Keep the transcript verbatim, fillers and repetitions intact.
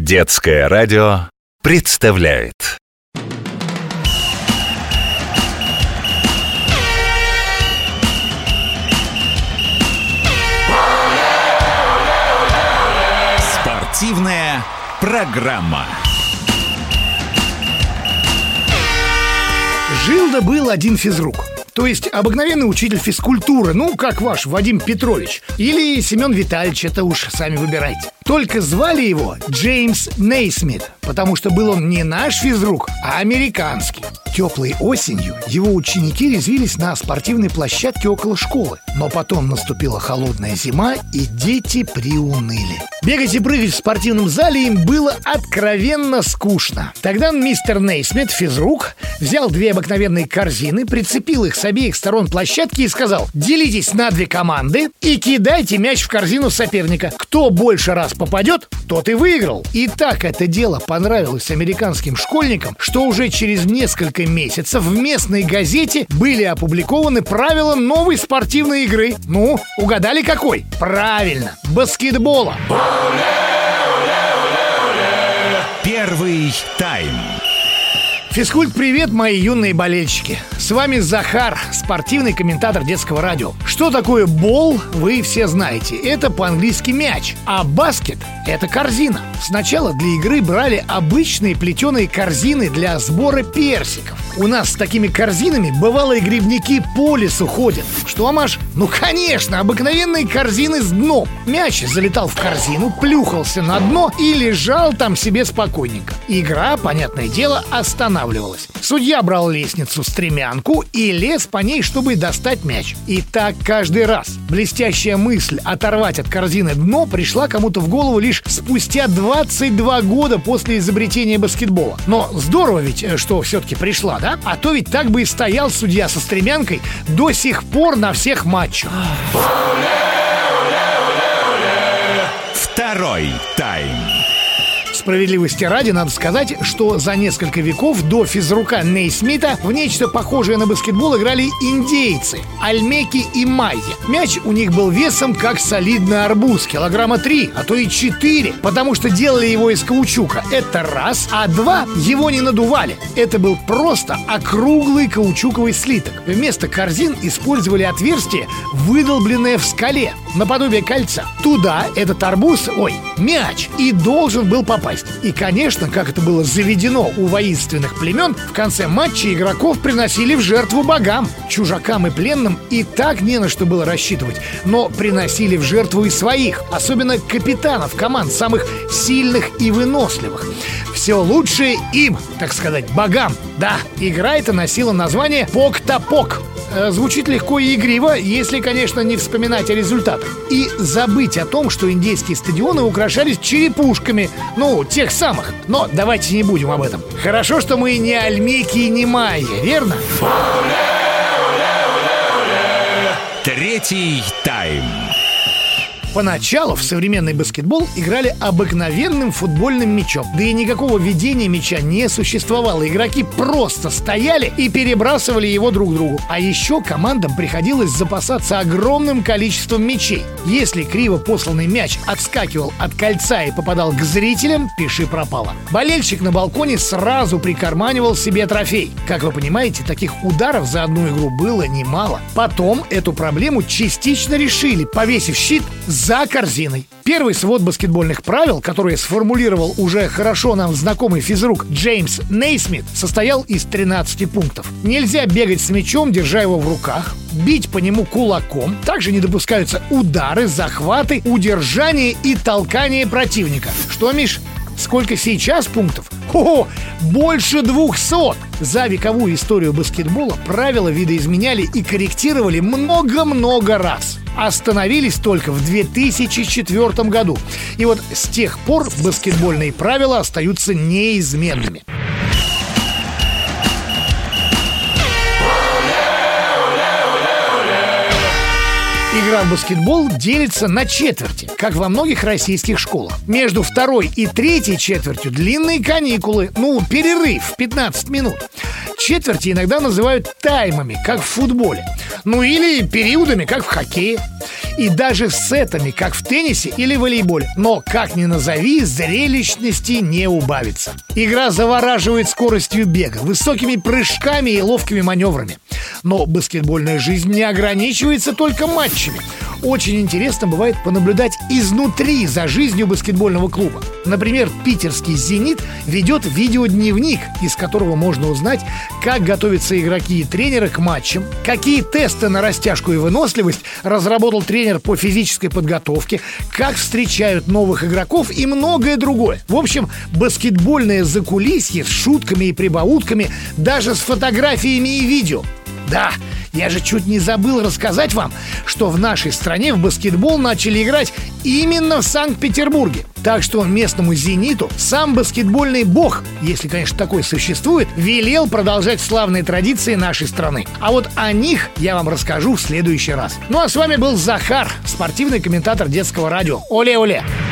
Детское радио представляет спортивная программа. Жил да был один физрук. То есть обыкновенный учитель физкультуры, ну, как ваш Вадим Петрович. Или Семен Витальевич, это уж сами выбирайте. Только звали его Джеймс Нейсмит, потому что был он не наш физрук, а американский. Теплой осенью его ученики резвились на спортивной площадке около школы. Но потом наступила холодная зима, и дети приуныли. Бегать и прыгать в спортивном зале им было откровенно скучно. Тогда мистер Нейсмит, физрук, взял две обыкновенные корзины, прицепил их с обеих сторон площадки и сказал: делитесь на две команды и кидайте мяч в корзину соперника. Кто больше раз попадет, тот и выиграл. И так это дело понравилось американским школьникам, что уже через несколько месяцев в местной газете были опубликованы правила новой спортивной игры. Ну, угадали какой? Правильно, баскетбола. Первый тайм. Физкульт-привет, мои юные болельщики. С вами Захар, спортивный комментатор детского радио. Что такое бол, вы все знаете. Это по-английски мяч, а баскет – это корзина. Сначала для игры брали обычные плетеные корзины для сбора персиков. У нас с такими корзинами бывалые грибники по лесу ходят. Что, Маш? Ну, конечно, обыкновенные корзины с дном. Мяч залетал в корзину, плюхался на дно и лежал там себе спокойненько. Игра, понятное дело, останавливалась. Судья брал лестницу, стремянку и лез по ней, чтобы достать мяч. И так каждый раз. Блестящая мысль оторвать от корзины дно пришла кому-то в голову лишь спустя двадцать два года после изобретения баскетбола. Но здорово ведь, что все-таки пришла, да? А то ведь так бы и стоял судья со стремянкой до сих пор на всех матчах. Второй тайм. Справедливости ради надо сказать, что за несколько веков до физрука Нейсмита в нечто похожее на баскетбол играли индейцы – альмеки и майя. Мяч у них был весом как солидный арбуз, килограмма три, а то и четыре, потому что делали его из каучука. Это раз, а два – его не надували. Это был просто округлый каучуковый слиток. Вместо корзин использовали отверстие, выдолбленное в скале, наподобие кольца. Туда этот арбуз, ой, мяч, и должен был попасть. И, конечно, как это было заведено у воинственных племен, в конце матча игроков приносили в жертву богам. Чужакам и пленным и так не на что было рассчитывать, но приносили в жертву и своих, особенно капитанов команд, самых сильных и выносливых. Все лучшее им, так сказать, богам. Да, игра эта носила название «Пок-та-пок». Звучит легко и игриво, если, конечно, не вспоминать о результатах. И забыть о том, что индейские стадионы украшались черепушками. Ну, тех самых. Но давайте не будем об этом. Хорошо, что мы не альмеки и не майя, верно? Третий тайм. Поначалу в современный баскетбол играли обыкновенным футбольным мячом. Да и никакого ведения мяча не существовало. Игроки просто стояли и перебрасывали его друг другу. А еще командам приходилось запасаться огромным количеством мячей. Если криво посланный мяч отскакивал от кольца и попадал к зрителям, пиши пропало. Болельщик на балконе сразу прикарманивал себе трофей. Как вы понимаете, таких ударов за одну игру было немало. Потом эту проблему частично решили, повесив щит за корзиной. Первый свод баскетбольных правил, который сформулировал уже хорошо нам знакомый физрук Джеймс Нейсмит, состоял из тринадцати пунктов. Нельзя бегать с мячом, держа его в руках, бить по нему кулаком. Также не допускаются удары, захваты, удержание и толкание противника. Что, Миш? Сколько сейчас пунктов? О, больше двухсот! За вековую историю баскетбола правила видоизменяли и корректировали много-много раз. Остановились только в две тысячи четвёртом году. И вот с тех пор баскетбольные правила остаются неизменными. Игра в баскетбол делится на четверти, как во многих российских школах. Между второй и третьей четвертью длинные каникулы, ну, перерыв в пятнадцать минут. Четверти иногда называют таймами, как в футболе. Ну или периодами, как в хоккее. И даже сетами, как в теннисе или волейболе. Но, как ни назови, зрелищности не убавится. Игра завораживает скоростью бега, высокими прыжками и ловкими маневрами. Но баскетбольная жизнь не ограничивается только матчами. Очень интересно бывает понаблюдать изнутри за жизнью баскетбольного клуба. Например, питерский «Зенит» ведет видеодневник, из которого можно узнать, как готовятся игроки и тренеры к матчам, какие тесты на растяжку и выносливость разработал тренер по физической подготовке, как встречают новых игроков и многое другое. В общем, баскетбольное закулисье с шутками и прибаутками, даже с фотографиями и видео. Да, я же чуть не забыл рассказать вам, что в нашей стране в баскетбол начали играть именно в Санкт-Петербурге. Так что местному «Зениту» сам баскетбольный бог, если, конечно, такой существует, велел продолжать славные традиции нашей страны. А вот о них я вам расскажу в следующий раз. Ну а с вами был Захар, спортивный комментатор детского радио. Оле-оле!